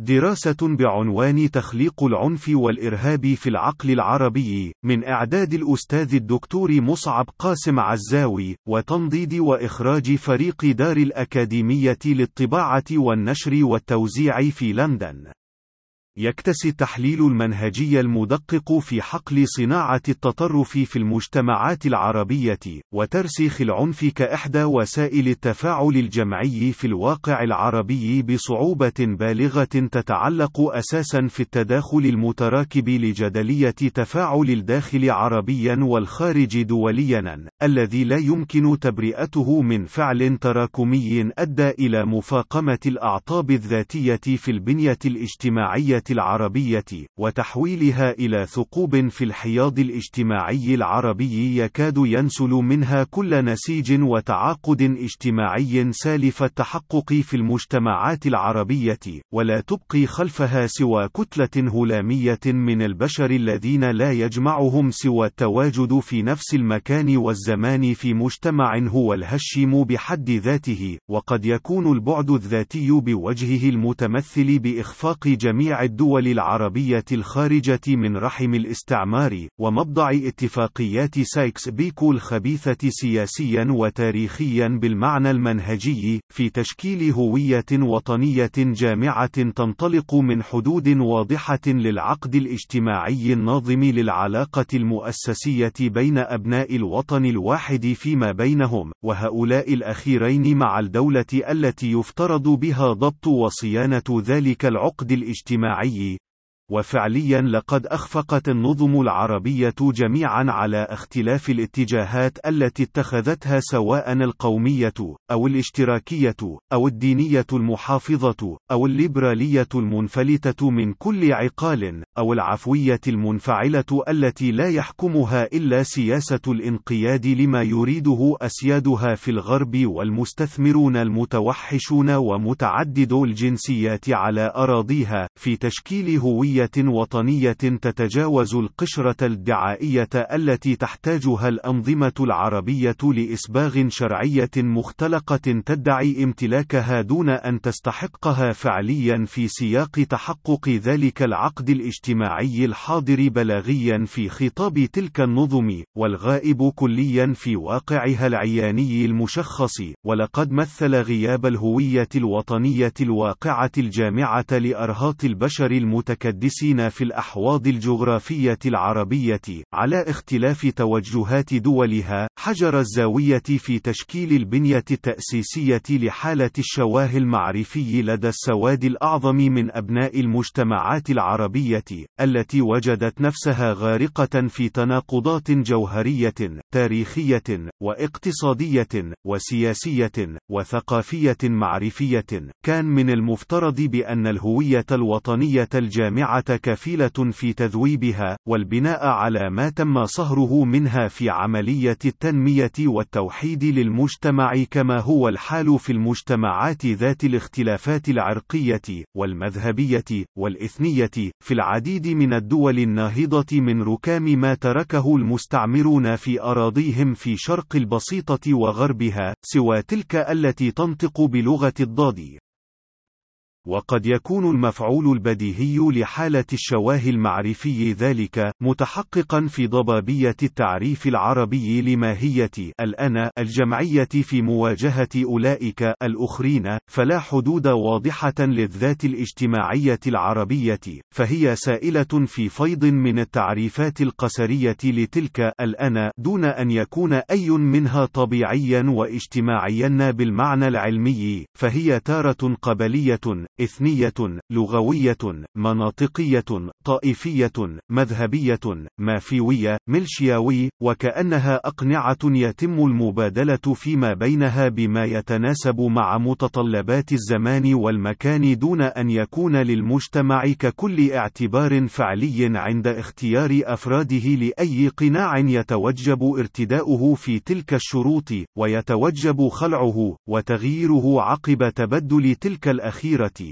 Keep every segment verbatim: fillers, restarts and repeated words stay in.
دراسة بعنوان تخليق العنف والإرهاب في العقل العربي، من إعداد الأستاذ الدكتور مصعب قاسم عزاوي، وتنضيد وإخراج فريق دار الأكاديمية للطباعة والنشر والتوزيع في لندن. يكتسي التحليل المنهجي المدقق في حقل صناعة التطرف في المجتمعات العربية، وترسيخ العنف كإحدى وسائل التفاعل الجمعي في الواقع العربي بصعوبة بالغة تتعلق أساسا في التداخل المتراكب لجدلية تفاعل الداخل عربيا والخارج دوليا، الذي لا يمكن تبرئته من فعل تراكمي أدى إلى مفاقمة الأعطاب الذاتية في البنية الاجتماعية العربية، وتحويلها إلى ثقوب في الحياض الاجتماعي العربي يكاد ينسل منها كل نسيج وتعاقد اجتماعي سالف التحقق في المجتمعات العربية، ولا تبقي خلفها سوى كتلة هلامية من البشر الذين لا يجمعهم سوى التواجد في نفس المكان والزمان في مجتمع هو الهشيم بحد ذاته، وقد يكون البعد الذاتي بوجهه المتمثل بإخفاق جميع الدول العربية الخارجة من رحم الاستعمار، ومبضع اتفاقيات سايكس بيكو الخبيثة سياسيا وتاريخيا بالمعنى المنهجي، في تشكيل هوية وطنية جامعة تنطلق من حدود واضحة للعقد الاجتماعي الناظم للعلاقة المؤسسية بين أبناء الوطن الواحد فيما بينهم، وهؤلاء الأخيرين مع الدولة التي يفترض بها ضبط وصيانة ذلك العقد الاجتماعي. وفعليا لقد أخفقت النظم العربية جميعا على اختلاف الاتجاهات التي اتخذتها، سواء القومية أو الاشتراكية أو الدينية المحافظة أو الليبرالية المنفلتة من كل عقال أو العفوية المنفعلة التي لا يحكمها إلا سياسة الانقياد لما يريده أسيادها في الغرب والمستثمرون المتوحشون ومتعددو الجنسيات على أراضيها، في تشكيل هوية وطنية تتجاوز القشرة الدعائية التي تحتاجها الأنظمة العربية لإسباغ شرعية مختلقة تدعي امتلاكها دون أن تستحقها فعليا في سياق تحقق ذلك العقد الاجتماعي الحاضر بلاغيا في خطاب تلك النظم، والغائب كليا في واقعها العياني المشخص. ولقد مثل غياب الهوية الوطنية الواقعة الجامعة لأرهاط البشر المتكدسين في الأحواض الجغرافية العربية، على اختلاف توجهات دولها، حجر الزاوية في تشكيل البنية التأسيسية لحالة الشواه المعرفي لدى السواد الأعظم من أبناء المجتمعات العربية، التي وجدت نفسها غارقة في تناقضات جوهرية، تاريخية، واقتصادية، وسياسية، وثقافية معرفية. كان من المفترض بأن الهوية الوطنية الجامعة كفيلة في تذويبها، والبناء على ما تم صهره منها في عملية التنمية والتوحيد للمجتمع، كما هو الحال في المجتمعات ذات الاختلافات العرقية، والمذهبية، والإثنية، في العديد من الدول الناهضة من ركام ما تركه المستعمرون في أراضيهم في شرق البسيطة وغربها، سوى تلك التي تنطق بلغة الضاد. وقد يكون المفعول البديهي لحالة الشواه المعرفي ذلك متحققا في ضبابية التعريف العربي لماهية الأنا الجمعية في مواجهة أولئك الأخرين، فلا حدود واضحة للذات الاجتماعية العربية، فهي سائلة في فيض من التعريفات القسرية لتلك الأنا، دون أن يكون أي منها طبيعيا واجتماعيا بالمعنى العلمي، فهي تارة قبلية، إثنية، لغوية، مناطقية، طائفية، مذهبية، مافيوية، ميلشياوي، وكأنها أقنعة يتم المبادلة فيما بينها بما يتناسب مع متطلبات الزمان والمكان، دون أن يكون للمجتمع ككل اعتبار فعلي عند اختيار أفراده لأي قناع يتوجب ارتداؤه في تلك الشروط، ويتوجب خلعه وتغييره عقب تبدل تلك الأخيرة.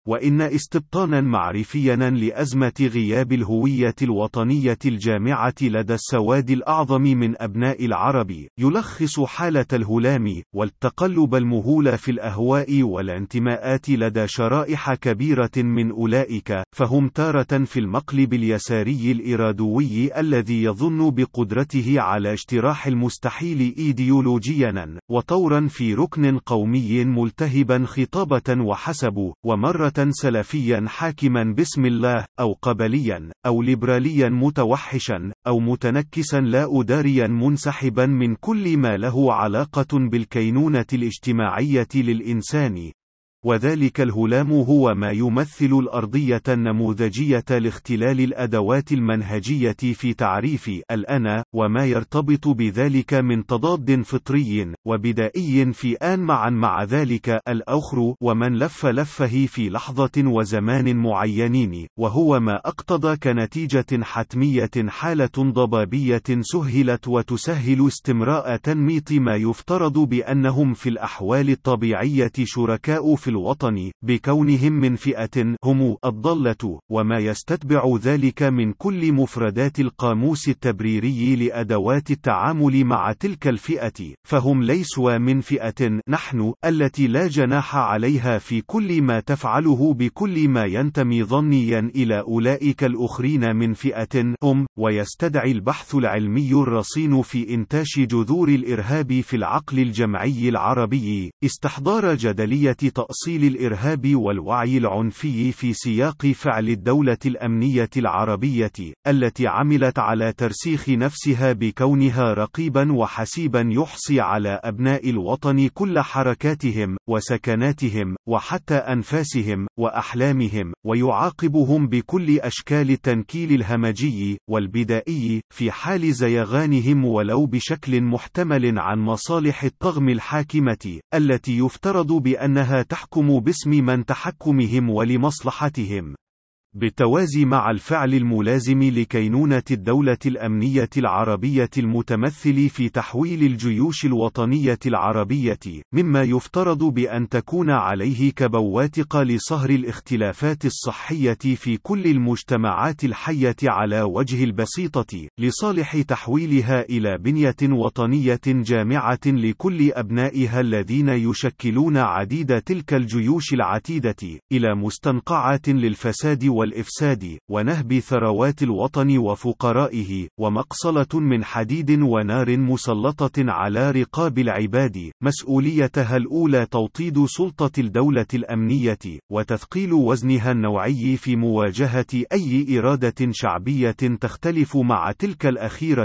وإن استبطانا معرفيا لأزمة غياب الهوية الوطنية الجامعة لدى السواد الأعظم من أبناء العرب يلخص حالة الهلام والتقلب المهول في الأهواء والانتماءات لدى شرائح كبيرة من أولئك، فهم تارة في المقلب اليساري الإرادوي الذي يظن بقدرته على اجتراح المستحيل إيديولوجيا، وطورا في ركن قومي ملتهبا خطابة وحسب، ومرة سلفيا حاكما بسم الله، أو قبليا، أو ليبراليا متوحشا، أو متنكسا لا أداريا منسحبا من كل ما له علاقة بالكينونة الاجتماعية للإنسان. وذلك الهلام هو ما يمثل الأرضية النموذجية لاختلال الأدوات المنهجية في تعريف الأنا، وما يرتبط بذلك من تضاد فطري وبدائي في آن معا مع ذلك الآخر ومن لف لفه في لحظة وزمان معينين، وهو ما اقتضى كنتيجة حتمية حالة ضبابية سهلت وتسهل استمراء تنميط ما يفترض بأنهم في الأحوال الطبيعية شركاء في الوطن، بكونهم من فئة هم الضالة، وما يستتبع ذلك من كل مفردات القاموس التبريري لأدوات التعامل مع تلك الفئة، فهم ليسوا من فئة نحن التي لا جناح عليها في كل ما تفعله بكل ما ينتمي ظنيا إلى أولئك الأخرين من فئة هم، ويستدعي البحث العلمي الرصين في إنتاش جذور الإرهاب في العقل الجمعي العربي استحضار جدلية تأصيل الإرهاب والوعي العنفي في سياق فعل الدولة الأمنية العربية، التي عملت على ترسيخ نفسها بكونها رقيبا وحسيبا يحصي على أبناء الوطن كل حركاتهم وسكناتهم وحتى أنفاسهم وأحلامهم، ويعاقبهم بكل أشكال التنكيل الهمجي والبدائي في حال زيغانهم ولو بشكل محتمل عن مصالح الطغم الحاكمة، التي يفترض بأنها تحكم باسم من تحكمهم ولمصلحتهم، بالتوازي مع الفعل الملازم لكينونة الدولة الأمنية العربية المتمثل في تحويل الجيوش الوطنية العربية مما يفترض بأن تكون عليه كبواتق لصهر الاختلافات الصحية في كل المجتمعات الحية على وجه البسيطة، لصالح تحويلها إلى بنية وطنية جامعة لكل أبنائها الذين يشكلون عديد تلك الجيوش العتيدة، إلى مستنقعات للفساد والإفساد، ونهب ثروات الوطن وفقرائه، ومقصلة من حديد ونار مسلطة على رقاب العباد، مسؤوليتها الأولى توطيد سلطة الدولة الأمنية، وتثقيل وزنها النوعي في مواجهة أي إرادة شعبية تختلف مع تلك الأخيرة،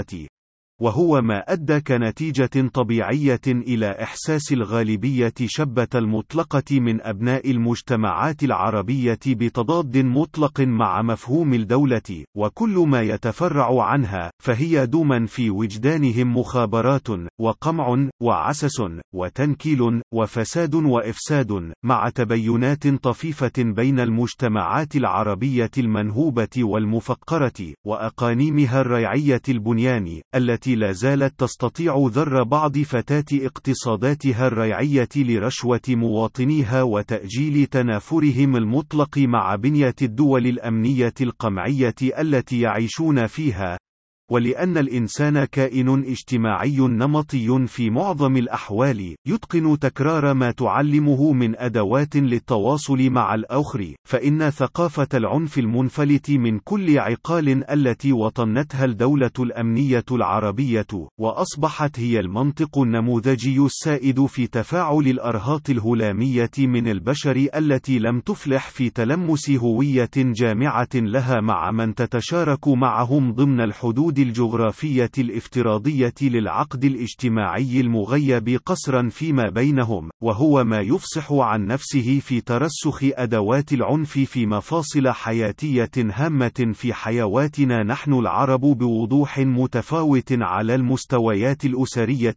وهو ما أدى كنتيجة طبيعية إلى إحساس الغالبية شبة المطلقة من أبناء المجتمعات العربية بتضاد مطلق مع مفهوم الدولة، وكل ما يتفرع عنها، فهي دوما في وجدانهم مخابرات، وقمع، وعسس، وتنكيل، وفساد وإفساد، مع تبينات طفيفة بين المجتمعات العربية المنهوبة والمفقرة، وأقانيمها الريعية البنيان، التي لا زالت تستطيع ذر بعض فتات اقتصاداتها الريعية لرشوة مواطنيها وتأجيل تنافرهم المطلق مع بنية الدول الأمنية القمعية التي يعيشون فيها. ولأن الإنسان كائن اجتماعي نمطي في معظم الأحوال، يتقن تكرار ما تعلمه من أدوات للتواصل مع الآخر، فإن ثقافة العنف المنفلت من كل عقال التي وطنتها الدولة الأمنية العربية، وأصبحت هي المنطق النموذجي السائد في تفاعل الأرهاط الهلامية من البشر التي لم تفلح في تلمس هوية جامعة لها مع من تتشارك معهم ضمن الحدود الجغرافية الافتراضية للعقد الاجتماعي المغيب قصرا فيما بينهم، وهو ما يفصح عن نفسه في ترسخ أدوات العنف في مفاصل حياتية هامة في حيواتنا نحن العرب بوضوح متفاوت على المستويات الأسرية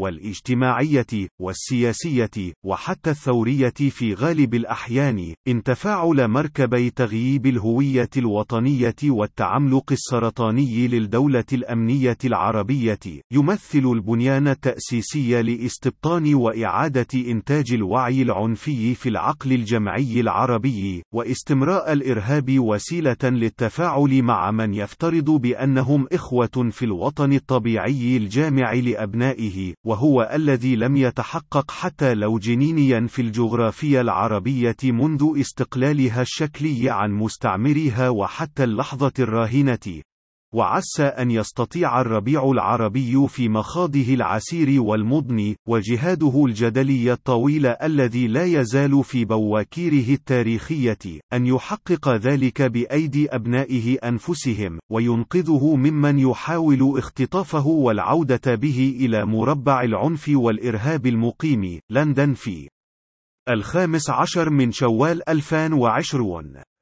والاجتماعية والسياسية وحتى الثورية في غالب الأحيان، إن تفاعل مركبي تغييب الهوية الوطنية والتعملق السرطاني للدولة الدولة الأمنية العربية، يمثل البنيان التأسيسي لاستبطان وإعادة إنتاج الوعي العنفي في العقل الجمعي العربي، واستمراء الإرهاب وسيلة للتفاعل مع من يفترض بأنهم إخوة في الوطن الطبيعي الجامع لأبنائه، وهو الذي لم يتحقق حتى لو جنينيا في الجغرافيا العربية منذ استقلالها الشكلي عن مستعمريها وحتى اللحظة الراهنة. وعسى أن يستطيع الربيع العربي في مخاضه العسير والمضني، وجهاده الجدلي الطويل الذي لا يزال في بواكيره التاريخية، أن يحقق ذلك بأيدي أبنائه أنفسهم، وينقذه ممن يحاول اختطافه والعودة به إلى مربع العنف والإرهاب المقيم. لندن في الخامس عشر من شوال ألفين وعشرين.